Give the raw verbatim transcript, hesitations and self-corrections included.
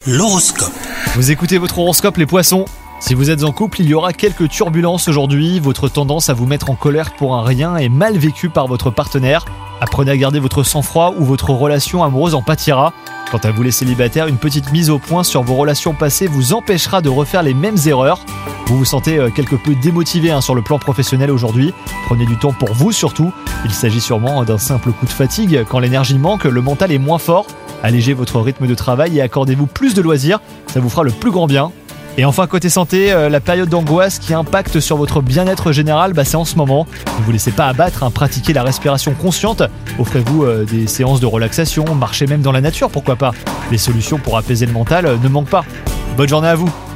L'horoscope. Vous écoutez votre horoscope les poissons. Si vous êtes en couple, il y aura quelques turbulences aujourd'hui. Votre tendance à vous mettre en colère pour un rien est mal vécue par votre partenaire. Apprenez à garder votre sang-froid ou votre relation amoureuse en pâtira. Quant à vous les célibataires, une petite mise au point sur vos relations passées vous empêchera de refaire les mêmes erreurs. Vous vous sentez quelque peu démotivé hein, sur le plan professionnel aujourd'hui. Prenez du temps pour vous surtout. Il s'agit sûrement d'un simple coup de fatigue. Quand l'énergie manque, le mental est moins fort. Allégez votre rythme de travail et accordez-vous plus de loisirs. Ça vous fera le plus grand bien. Et enfin, côté santé, euh, la période d'angoisse qui impacte sur votre bien-être général, bah, c'est en ce moment. Ne vous laissez pas abattre, hein, pratiquez la respiration consciente. Offrez-vous euh, des séances de relaxation, marchez même dans la nature, pourquoi pas. Les solutions pour apaiser le mental euh, ne manquent pas. Bonne journée à vous.